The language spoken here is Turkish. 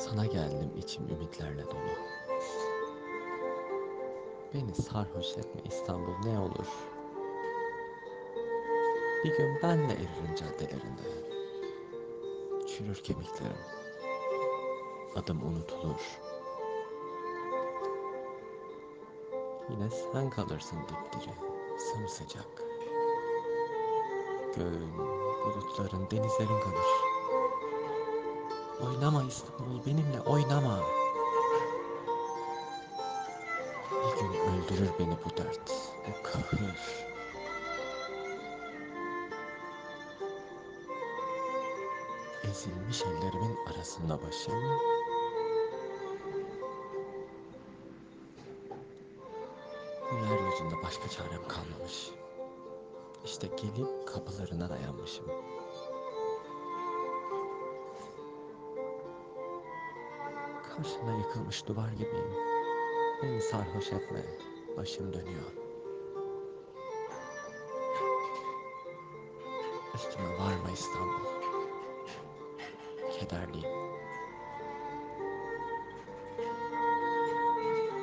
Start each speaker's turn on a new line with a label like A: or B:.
A: Sana geldim içim ümitlerle dolu. Beni sarhoş etme İstanbul ne olur. Bir gün ben de eririm caddelerinde. Çürür kemiklerim, adım unutulur. Yine sen kalırsın dipdiri, sımsıcak. Göğün, bulutların, denizlerin kalır. Oynama İstanbul, benimle oynama. Bir gün öldürür beni bu dert, bu kahır. Ezilmiş ellerimin arasında başım. Bu yeryüzünde başka çarem kalmamış. İşte gelip kapılarına dayanmışım. Karşında yıkılmış duvar gibiyim. Beni sarhoş etme, başım dönüyor. Üstüme varma İstanbul, kederliyim.